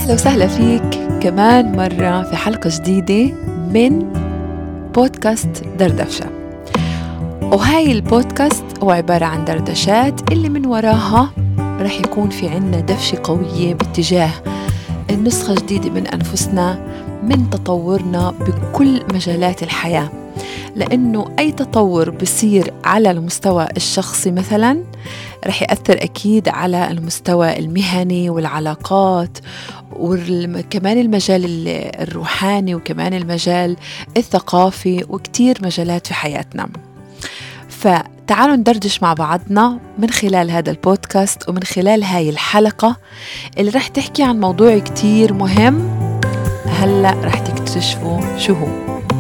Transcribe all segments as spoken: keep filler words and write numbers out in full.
أهلا وسهلا فيك كمان مرة في حلقة جديدة من بودكاست دردشة. وهاي البودكاست هو عبارة عن دردشات اللي من وراها رح يكون في عنا دفشة قوية باتجاه النسخة جديدة من أنفسنا، من تطورنا بكل مجالات الحياة، لأنه أي تطور بصير على المستوى الشخصي مثلا رح يأثر أكيد على المستوى المهني والعلاقات، وكمان المجال الروحاني، وكمان المجال الثقافي، وكتير مجالات في حياتنا. فتعالوا ندردش مع بعضنا من خلال هذا البودكاست ومن خلال هاي الحلقة اللي رح تحكي عن موضوع كتير مهم. هلأ رح تكتشفوا شو هو.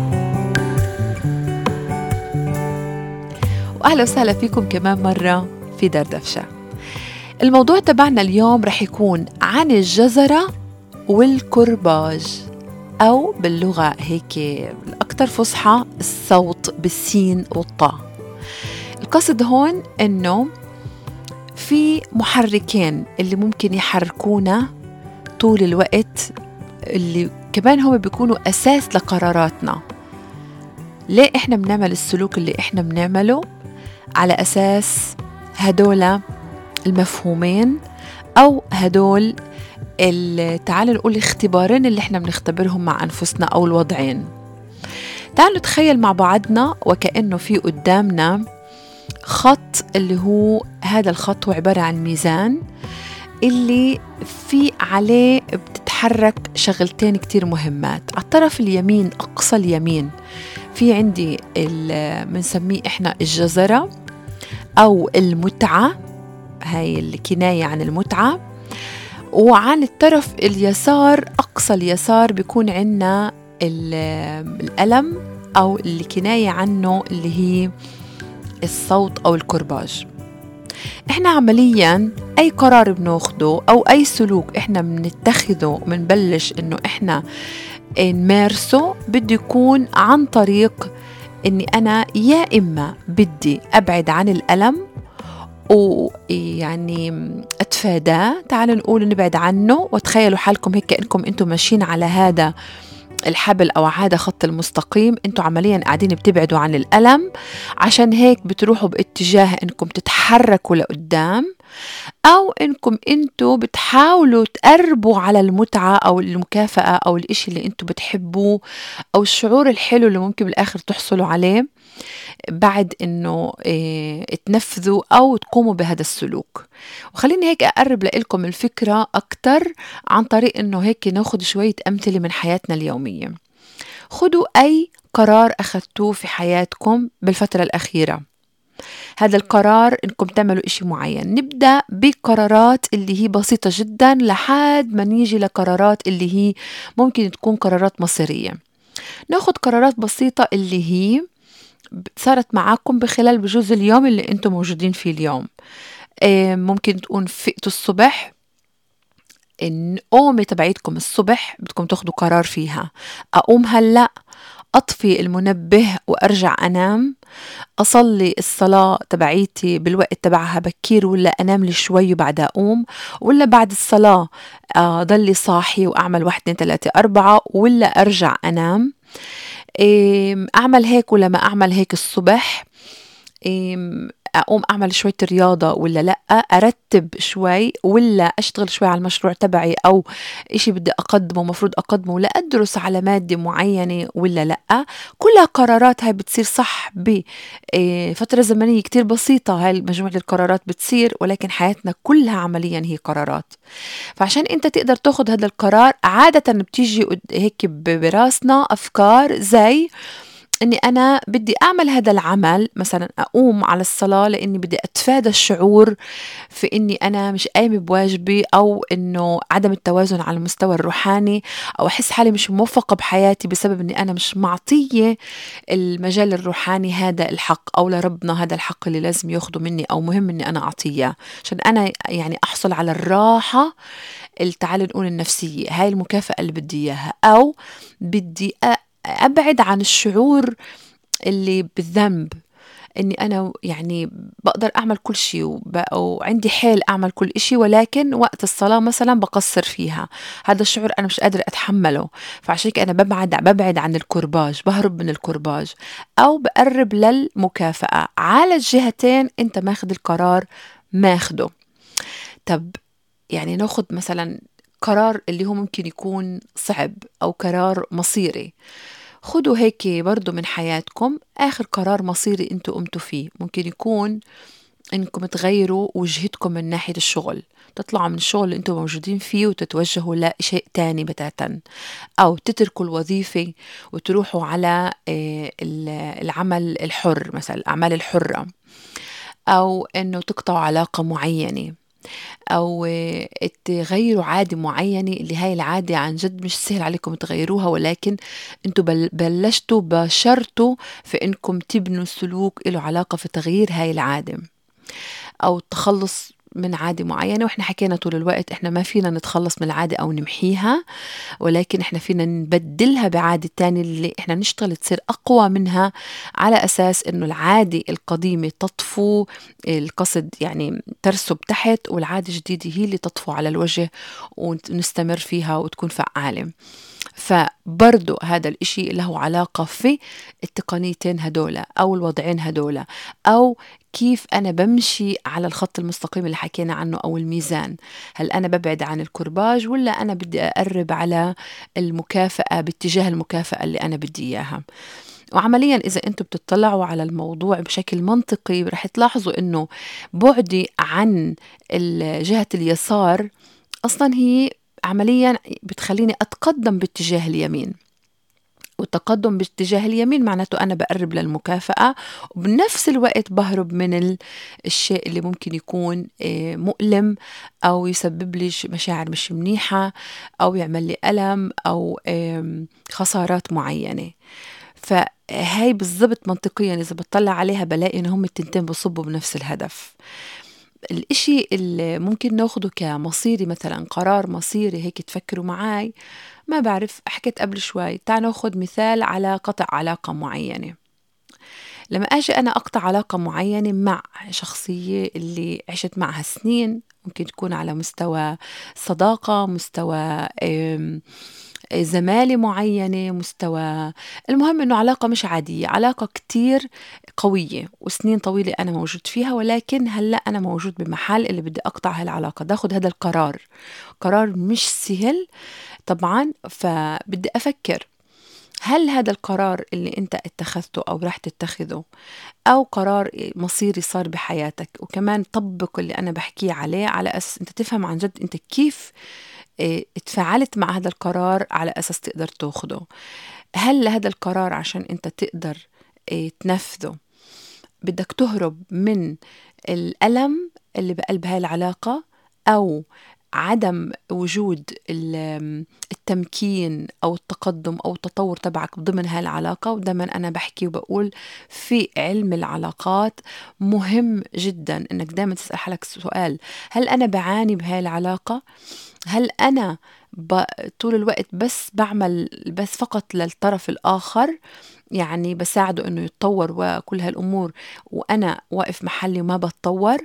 وأهلا وسهلا فيكم كمان مرة في دردشة. الموضوع تبعنا اليوم رح يكون عن الجزرة والكرباج، أو باللغة هيك الأكثر فصحى الصوت بالسين والطاء. القصد هون إنه في محركين اللي ممكن يحركونا طول الوقت، اللي كمان هم بيكونوا أساس لقراراتنا. ليه إحنا بنعمل السلوك اللي إحنا بنعمله؟ على أساس هدول المفهومين أو هدول تعالوا نقول الاختبارين اللي احنا بنختبرهم مع أنفسنا أو الوضعين. تعالوا نتخيل مع بعضنا وكأنه في قدامنا خط، اللي هو هذا الخط هو عبارة عن ميزان اللي في عليه بتتحرك شغلتين كتير مهمات. على الطرف اليمين، أقصى اليمين، في عندي بنسميه احنا الجزرة أو المتعة، هاي الكناية عن المتعة. وعن الطرف اليسار، أقصى اليسار، بيكون عنا الألم أو اللي كناية عنه اللي هي الصوت أو الكرباج. إحنا عملياً أي قرار بناخده أو أي سلوك إحنا بنتخذه منبلش إنه إحنا نمارسه، بده يكون عن طريق إني أنا يا إما بدي أبعد عن الألم ويعني أتفاداه. تعالوا نقول نبعد عنه، وتخيلوا حالكم هيك كأنكم أنتم ماشيين على هذا الحبل أو هذا خط المستقيم، أنتم عمليا قاعدين بتبعدوا عن الألم، عشان هيك بتروحوا باتجاه أنكم تتحركوا لقدام، أو أنكم أنتم بتحاولوا تقربوا على المتعة أو المكافأة أو الإشي اللي أنتم بتحبوه، أو الشعور الحلو اللي ممكن بالآخر تحصلوا عليه بعد إنه إيه تنفذوا أو تقوموا بهذا السلوك. وخليني هيك أقرب لكم الفكرة أكتر عن طريق إنه هيك ناخد شوية أمثلة من حياتنا اليومية. خدوا أي قرار أخذتوه في حياتكم بالفترة الأخيرة، هذا القرار إنكم تعملوا إشي معين. نبدأ بقرارات اللي هي بسيطة جدا لحد ما نيجي لقرارات اللي هي ممكن تكون قرارات مصيرية. ناخد قرارات بسيطة اللي هي صارت معاكم بخلال بجوز اليوم اللي انتم موجودين فيه اليوم. ممكن تكون فقتوا الصبح، النومة تبعيتكم الصبح بدكم تاخدوا قرار فيها. أقوم هلأ، أطفي المنبه وأرجع أنام، أصلي الصلاة تبعيتي بالوقت تبعها بكير، ولا أنام لي شوي وبعدها أقوم، ولا بعد الصلاة ضلي صاحي وأعمل واحد اثنين ثلاثة أربعة، ولا أرجع أنام. أعمل هيك ولا ما أعمل هيك الصبح، أقوم أعمل شوية رياضة ولا لأ، أرتب شوي ولا أشتغل شوي على المشروع تبعي أو إشي بدي أقدمه مفروض أقدمه، ولا أدرس على مادة معينة ولا لأ. كلها قرارات هاي بتصير صح بفترة زمنية كتير بسيطة. هاي مجموعة القرارات بتصير، ولكن حياتنا كلها عمليا هي قرارات. فعشان أنت تقدر تاخد هذا القرار، عادة بتيجي هيك براسنا أفكار زي إني أنا بدي أعمل هذا العمل، مثلا أقوم على الصلاة لأني بدي أتفادى الشعور في إني أنا مش قايمة بواجبي، أو إنه عدم التوازن على المستوى الروحاني، أو أحس حالي مش موفقة بحياتي بسبب إني أنا مش معطية المجال الروحاني هذا الحق، أو لربنا هذا الحق اللي لازم ياخده مني أو مهم إني أنا أعطيه عشان أنا يعني أحصل على الراحة، تعال نقول النفسية، هاي المكافأة اللي بدي إياها. أو بدي أبعد عن الشعور اللي بالذنب، إني أنا يعني بقدر أعمل كل شي وب- وعندي حيل أعمل كل إشي، ولكن وقت الصلاة مثلا بقصر فيها. هذا الشعور أنا مش قادرة أتحمله، فعشان هيك أنا ببعد ببعد عن الكرباج، بهرب من الكرباج أو بقرب للمكافأة. على الجهتين أنت ماخد القرار ماخده. طب يعني ناخد مثلا قرار اللي هو ممكن يكون صعب أو قرار مصيري. خدوا هيك برضو من حياتكم آخر قرار مصيري انتوا قمتوا فيه. ممكن يكون انكم تغيروا وجهتكم من ناحية الشغل، تطلعوا من الشغل اللي انتم موجودين فيه وتتوجهوا لشيء تاني بتاتا، او تتركوا الوظيفة وتروحوا على آه، ال- العمل الحر، مثلا الأعمال الحرة، أو إنه تقطعوا علاقة معينة، أو آه، تغيروا عادة معينة اللي هاي العادة عن جد مش سهل عليكم تغيروها، ولكن انتوا بل بلشتوا بشرتوا في انكم تبنوا سلوك له علاقة في تغيير هاي العادة أو التخلص من عادة معينة. وإحنا حكينا طول الوقت إحنا ما فينا نتخلص من العادة أو نمحيها، ولكن إحنا فينا نبدلها بعادة تانية اللي إحنا نشتغل تصير أقوى منها، على أساس إنه العادة القديمة تطفو، القصد يعني ترسب تحت، والعادة الجديدة هي اللي تطفو على الوجه ونستمر فيها وتكون فعالة. فبرضو هذا الإشي له علاقة في التقنيتين هدولا أو الوضعين هدولا، أو كيف أنا بمشي على الخط المستقيم اللي حكينا عنه أو الميزان. هل أنا ببعد عن الكرباج ولا أنا بدي أقرب على المكافأة باتجاه المكافأة اللي أنا بدي إياها؟ وعمليا إذا أنتم بتطلعوا على الموضوع بشكل منطقي رح تلاحظوا أنه بعدي عن جهة اليسار أصلا هي عمليا بتخليني أتقدم باتجاه اليمين، والتقدم باتجاه اليمين معناته أنا بقرب للمكافأة، وبنفس الوقت بهرب من ال- الشيء اللي ممكن يكون آه، مؤلم أو يسبب لي ش- مشاعر مش منيحة أو يعمل لي ألم أو آم، خسارات معينة. فهاي بالضبط منطقيا إذا بتطلع عليها بلاقي إن هم التنتين بصبوا بنفس الهدف. الإشي اللي ممكن ناخده كمصيري، مثلا قرار مصيري هيك تفكروا معاي، ما بعرف حكيت قبل شوي، تعال ناخد مثال على قطع علاقة معينة. لما أجي أنا أقطع علاقة معينة مع شخصية اللي عشت معها سنين، ممكن تكون على مستوى صداقة، مستوى آم، زمالة معينة، مستوى، المهم إنه علاقة مش عادية، علاقة كتير قوية وسنين طويلة أنا موجود فيها، ولكن هلأ أنا موجود بمحل اللي بدي أقطع هالعلاقة، باخد هذا القرار. قرار مش سهل طبعا، فبدي أفكر هل هذا القرار اللي انت اتخذته او راح تتخذه او قرار مصيري صار بحياتك، وكمان طبق اللي انا بحكيه عليه على اساس انت تفهم عن جد انت كيف اه، اتفاعلت مع هذا القرار على اساس تقدر تاخده. هل هذا القرار عشان انت تقدر اه، تنفذه بدك تهرب من الألم اللي بقلب هاي العلاقة، أو عدم وجود ال- التمكين أو التقدم أو التطور تبعك ضمن هاي العلاقة؟ ودايما أنا بحكي وبقول في علم العلاقات مهم جدا إنك دايما تسأل حالك سؤال: هل أنا بعاني بهاي العلاقة؟ هل أنا ب... طول الوقت بس بعمل بس فقط للطرف الآخر، يعني بساعده إنه يتطور وكل هالأمور، وأنا واقف محلي وما بتطور؟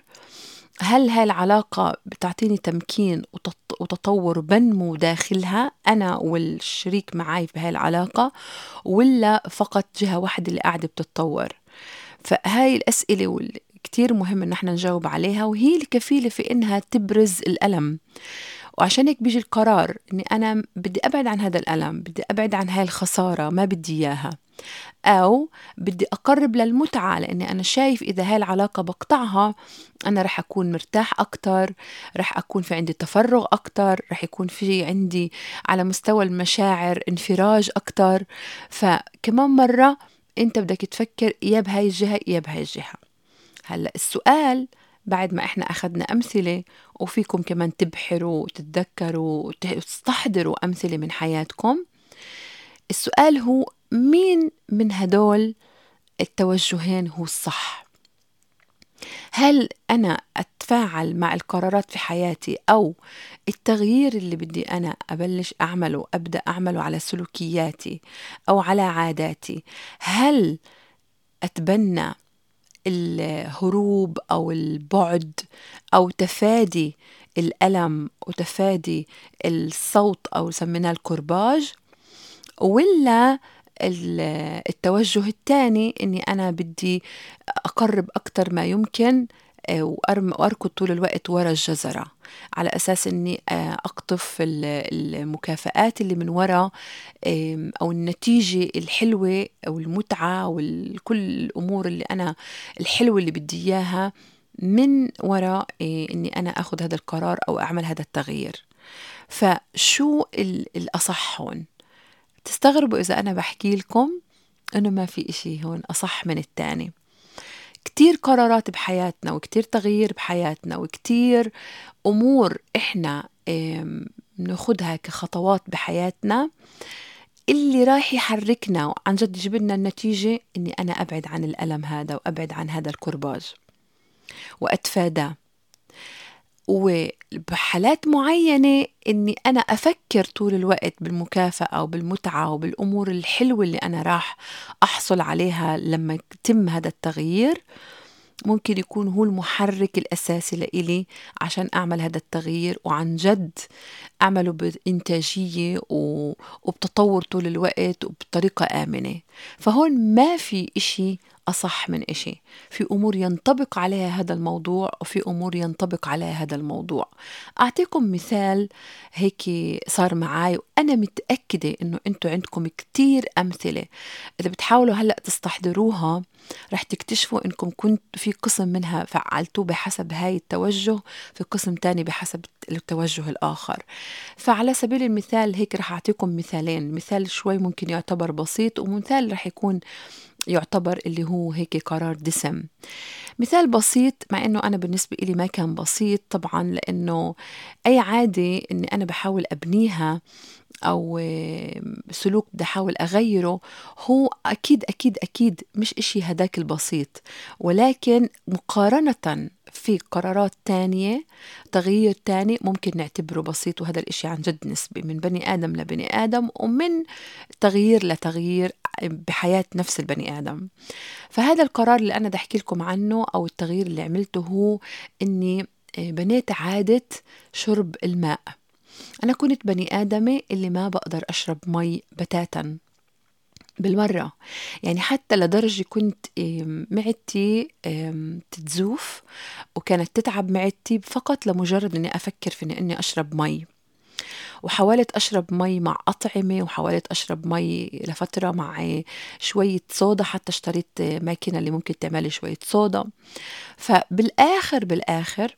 هل هاي العلاقة بتعطيني تمكين وتط- وتطور بنمو داخلها أنا والشريك معي في هاي العلاقة، ولا فقط جهة واحدة اللي قاعدة بتتطور؟ فهاي الأسئلة وال- كتير مهم إن احنا نجاوب عليها، وهي الكفيلة في إنها تبرز الألم. وعشان هيك بيجي القرار إني أنا بدي أبعد عن هذا الألم، بدي أبعد عن هاي الخسارة ما بدي إياها، أو بدي أقرب للمتعة، لأني أنا شايف إذا هاي العلاقة بقطعها أنا رح أكون مرتاح أكتر، رح أكون في عندي تفرغ أكتر، رح يكون في عندي على مستوى المشاعر انفراج أكتر. فكمان مرة أنت بدك تفكر يا بهاي الجهة يا بهاي الجهة. هلأ السؤال بعد ما إحنا أخذنا أمثلة، وفيكم كمان تبحروا وتتذكروا وت- وتستحضروا أمثلة من حياتكم، السؤال هو: مين من هدول التوجهين هو الصح؟ هل أنا أتفاعل مع القرارات في حياتي أو التغيير اللي بدي أنا أبلش أعمله أبدأ أعمله على سلوكياتي أو على عاداتي؟ هل أتبنى الهروب أو البعد أو تفادي الألم وتفادي الصوت أو سميناه الكرباج، ولا التوجه الثاني إني أنا بدي أقرب أكتر ما يمكن وأركض طول الوقت ورا الجزرة على أساس أني أقطف المكافآت اللي من وراء أو النتيجة الحلوة أو المتعة وكل الأمور اللي أنا الحلوة اللي بدي إياها من وراء أني أنا أخذ هذا القرار أو أعمل هذا التغيير. فشو الأصح هون؟ تستغربوا إذا أنا بحكي لكم أنه ما في إشي هون أصح من التاني. كتير قرارات بحياتنا وكتير تغيير بحياتنا وكتير أمور إحنا ناخدها كخطوات بحياتنا اللي راح يحركنا عن جد يجيب لنا النتيجة إني أنا أبعد عن الألم هذا وأبعد عن هذا الكرباج وأتفاداه. وبحالات معينة إني أنا أفكر طول الوقت بالمكافأة وبالمتعة وبالأمور الحلوة اللي أنا راح أحصل عليها لما يتم هذا التغيير، ممكن يكون هو المحرك الأساسي لإلي عشان أعمل هذا التغيير وعن جد أعمله بإنتاجية وبتطور طول الوقت وبطريقة آمنة. فهون ما في إشي أصح من إشي، في أمور ينطبق عليها هذا الموضوع وفي أمور ينطبق عليها هذا الموضوع. أعطيكم مثال هيك صار معاي وأنا متأكدة إنه أنتوا عندكم كتير أمثلة إذا بتحاولوا هلأ تستحضروها رح تكتشفوا إنكم كنت في قسم منها فعلتوه بحسب هاي التوجه، في قسم تاني بحسب التوجه الآخر. فعلى سبيل المثال هيك رح أعطيكم مثالين، مثال شوي ممكن يعتبر بسيط ومثال رح يكون يعتبر اللي هو هيك قرار دسم. مثال بسيط مع إنه أنا بالنسبة إلي ما كان بسيط طبعا، لأنه أي عادة إني أنا بحاول أبنيها أو سلوك بدي أحاول أغيره هو أكيد أكيد أكيد مش إشي هداك البسيط، ولكن مقارنة في قرارات تانية تغيير تاني ممكن نعتبره بسيط، وهذا الإشي عن جد نسبي من بني آدم لبني آدم ومن تغيير لتغيير بحياة نفس البني آدم. فهذا القرار اللي أنا بدي أحكي لكم عنه أو التغيير اللي عملته هو إني بنيت عادة شرب الماء. أنا كنت بني آدمة اللي ما بقدر أشرب مي بتاتا بالمرة، يعني حتى لدرجة كنت معدتي تتزوف وكانت تتعب معدتي فقط لمجرد أني أفكر في أني أشرب مي. وحاولت أشرب مي مع أطعمة وحاولت أشرب مي لفترة مع شوية صودا، حتى اشتريت ماكينة اللي ممكن تعملي شوية صودا. فبالآخر بالآخر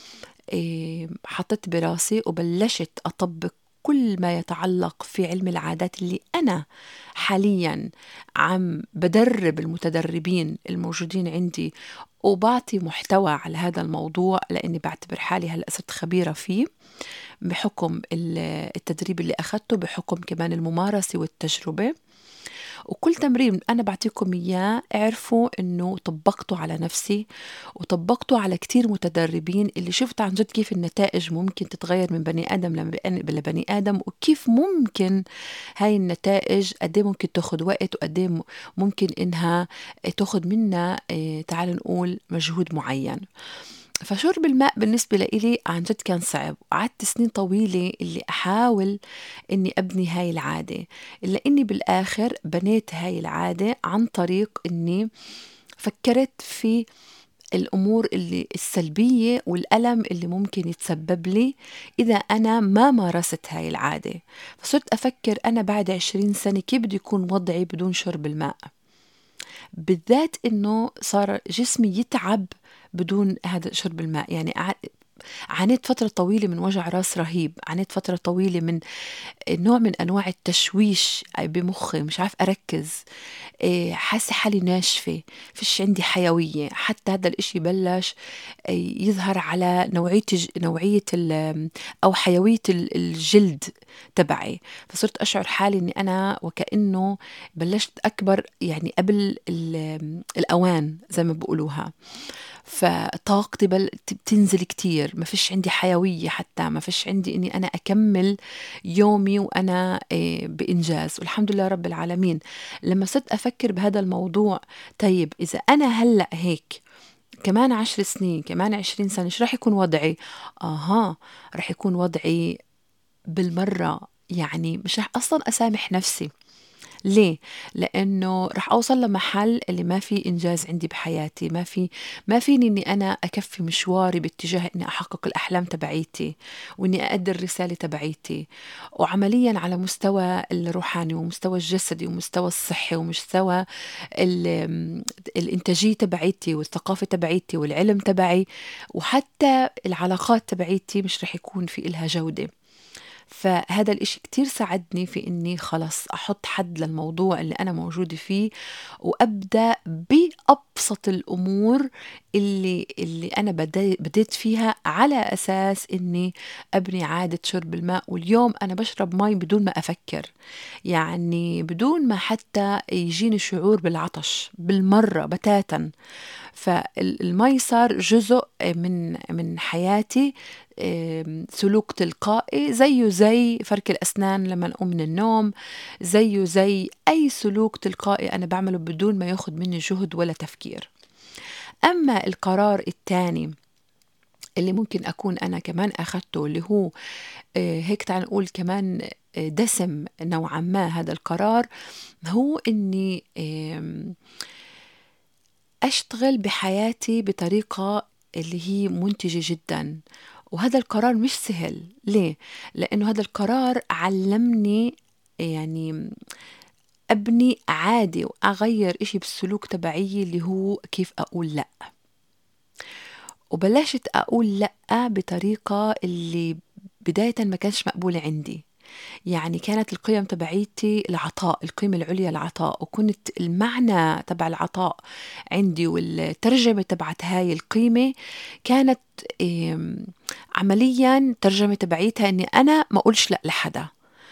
حطيت براسي وبلشت أطبق كل ما يتعلق في علم العادات اللي أنا حاليا عم بدرب المتدربين الموجودين عندي وبعطي محتوى على هذا الموضوع، لأني بعتبر حالي هلأ صرت خبيرة فيه بحكم التدريب اللي أخذته، بحكم كمان الممارسة والتجربة. وكل تمرين أنا بعطيكم إياه اعرفوا إنه طبقته على نفسي وطبقته على كتير متدربين اللي شفت عن جد كيف النتائج ممكن تتغير من بني آدم لبني آدم، وكيف ممكن هاي النتائج قديه ممكن تاخد وقت وقديه ممكن إنها تاخد منا تعال نقول مجهود معين. فشرب الماء بالنسبة لإلي عن جد كان صعب، وقعدت سنين طويلة اللي أحاول إني أبني هاي العادة، إلا إني بالآخر بنيت هاي العادة عن طريق إني فكرت في الأمور اللي السلبية والألم اللي ممكن يتسبب لي إذا أنا ما مارست هاي العادة. فصرت أفكر أنا بعد عشرين سنة كيف بده يكون وضعي بدون شرب الماء، بالذات إنه صار جسمي يتعب بدون هذا شرب الماء. يعني عانيت فترة طويلة من وجع راس رهيب، عانيت فترة طويلة من نوع من أنواع التشويش بمخي، مش عارف أركز، حاسة حالي ناشفة، فيش عندي حيوية. حتى هذا الإشي بلش يظهر على نوعية نوعية أو حيوية الجلد تبعي. فصرت أشعر حالي إني أنا وكأنه بلشت أكبر يعني قبل الأوان زي ما بقولوها. فطاقتي بل بتنزل كتير، ما فيش عندي حيوية، حتى ما فيش عندي إني أنا أكمل يومي وأنا إيه بإنجاز. والحمد لله رب العالمين لما صرت أفكر بهذا الموضوع، طيب إذا أنا هلأ هيك كمان عشر سنين، كمان عشرين سنة، شو رح يكون وضعي؟ آها، رح يكون وضعي بالمرة، يعني مش رح أصلا أسامح نفسي. ليه؟ لأنه رح أوصل لمحل اللي ما في إنجاز عندي بحياتي، ما في ما فيني إني أنا أكفي مشواري باتجاه إني أحقق الأحلام تبعيتي، وإني أؤدي الرسالة تبعيتي، وعمليا على مستوى الروحاني ومستوى الجسدي ومستوى الصحي ومستوى ال- الإنتاجية تبعيتي والثقافة تبعيتي والعلم تبعي، وحتى العلاقات تبعيتي مش رح يكون في إلها جودة. فهذا الإشي كتير ساعدني في إني خلص أحط حد للموضوع اللي أنا موجودة فيه، وأبدأ بأبسط الأمور اللي, اللي أنا بدي- بديت فيها، على أساس إني أبني عادة شرب الماء. واليوم أنا بشرب مي بدون ما أفكر، يعني بدون ما حتى يجيني شعور بالعطش بالمرة بتاتا. فالمي صار جزء من من حياتي، آم، سلوك تلقائي، زيه زي فرك الأسنان لما نقوم من النوم، زيه زي أي سلوك تلقائي أنا بعمله بدون ما ياخد مني جهد ولا تفكير. أما القرار الثاني اللي ممكن أكون أنا كمان أخدته، اللي هو آه، هيك تعال نقول كمان آه، دسم نوعا ما هذا القرار، هو إني آم، أشتغل بحياتي بطريقة اللي هي منتجة جدا. وهذا القرار مش سهل. ليه؟ لأنه هذا القرار علمني يعني أبني عادة وأغير إشي بالسلوك تبعي، اللي هو كيف أقول لأ. وبلشت أقول لأ بطريقة اللي بداية ما كانش مقبولة عندي. يعني كانت القيم تبعيتي العطاء، القيمة العليا العطاء، وكنت المعنى تبع العطاء عندي والترجمة تبعت هاي القيمة كانت إم، عمليا ترجمة تبعيتها اني انا ما اقولش لا لحدا.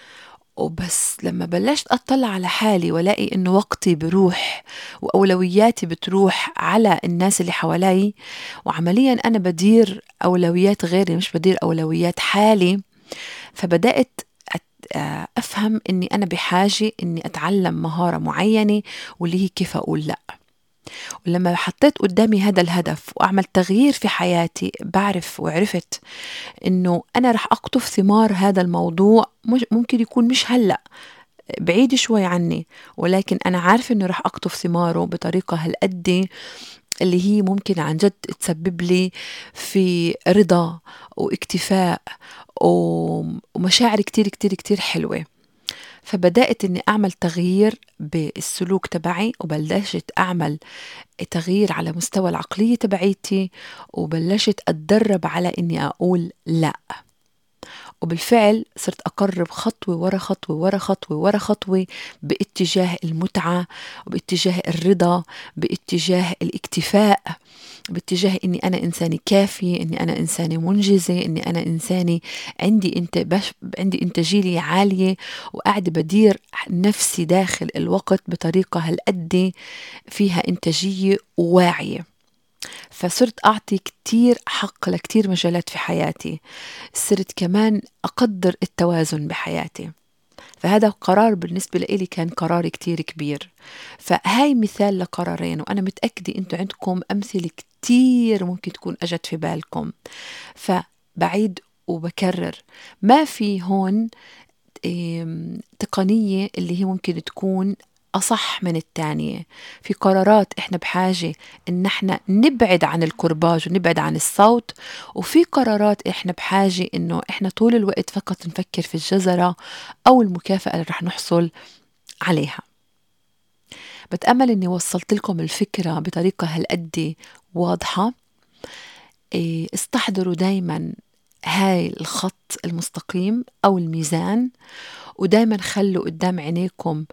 وبس لما بلشت أطلع على حالي ولاقي إنه وقتي بروح وأولوياتي بتروح على الناس اللي حوالي، وعمليا أنا بدير أولويات غيري مش بدير أولويات حالي، فبدأت أت- آه، أفهم إني أنا بحاجة إني أتعلم مهارة معينة، واللي هي كيف أقول لأ. ولما حطيت قدامي هذا الهدف وأعمل تغيير في حياتي، بعرف وعرفت إنه أنا رح أقطف ثمار هذا الموضوع، مش ممكن يكون مش هلأ، بعيد شوي عني، ولكن أنا عارفة إنه رح أقطف ثماره بطريقة هالقد اللي هي ممكن عن جد تسبب لي في رضا واكتفاء و- ومشاعر كتير كتير كتير حلوة. فبدأت إني أعمل تغيير بالسلوك تبعي، وبلشت أعمل تغيير على مستوى العقلية تبعيتي، وبلشت أتدرب على إني أقول لا. وبالفعل صرت أقرب خطوة ورا خطوة ورا خطوة ورا خطوة باتجاه المتعة، وباتجاه الرضا، باتجاه الاكتفاء، باتجاه إني أنا إنسانة كافية، إني أنا إنسانة منجزة، إني أنا إنسانة عندي انت بش عندي إنتاجية عالية، وقاعدة بدير نفسي داخل الوقت بطريقة هالقد فيها إنتاجية وواعية. فصرت أعطي كتير حق لكتير مجالات في حياتي، صرت كمان أقدر التوازن بحياتي. فهذا قرار بالنسبة لي كان قرار كتير كبير. فهاي مثال لقرارين، وأنا متأكدة أنتوا عندكم أمثلة كتير ممكن تكون أجت في بالكم. فبعيد وبكرر، ما في هون إم، تقنية اللي هي ممكن تكون أصح من التانية. في قرارات إحنا بحاجة إن إحنا نبعد عن الكرباج ونبعد عن الصوت، وفي قرارات إحنا بحاجة إنه إحنا طول الوقت فقط نفكر في الجزرة أو المكافأة اللي رح نحصل عليها. بتأمل إني وصلت لكم الفكرة بطريقة هالقد واضحة. إيه، استحضروا دايما هاي الخط المستقيم أو الميزان، ودايما خلوا قدام عينيكم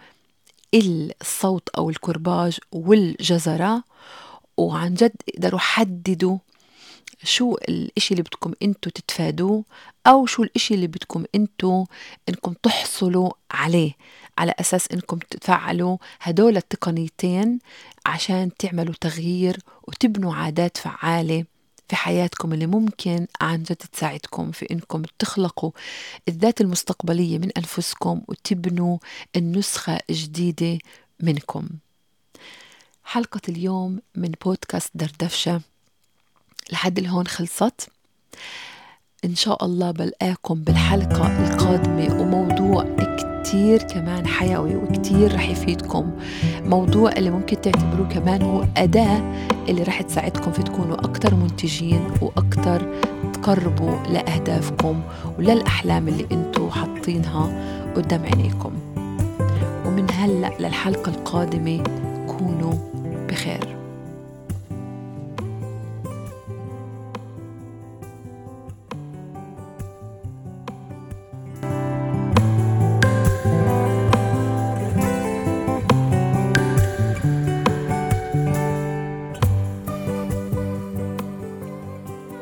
الصوت أو الكرباج والجزرة، وعن جد اقدروا حددوا شو الإشي اللي بدكم أنتوا تتفادوه، أو شو الإشي اللي بدكم أنتوا إنكم تحصلوا عليه، على أساس إنكم تفعلوا هدول التقنيتين عشان تعملوا تغيير وتبنوا عادات فعالة في حياتكم اللي ممكن عن جد تساعدكم في إنكم تخلقوا الذات المستقبلية من أنفسكم وتبنوا النسخة الجديدة منكم. حلقة اليوم من بودكاست دردفشة لحد لهون خلصت. إن شاء الله بلقاكم بالحلقة القادمة وموضوع كتير كمان حيوي وكتير رح يفيدكم، موضوع اللي ممكن تعتبروه كمان هو أداة اللي رح تساعدكم في تكونوا أكتر منتجين وأكتر تقربوا لأهدافكم وللأحلام اللي انتوا حاطينها قدام عينيكم. ومن هلأ للحلقة القادمة كونوا بخير.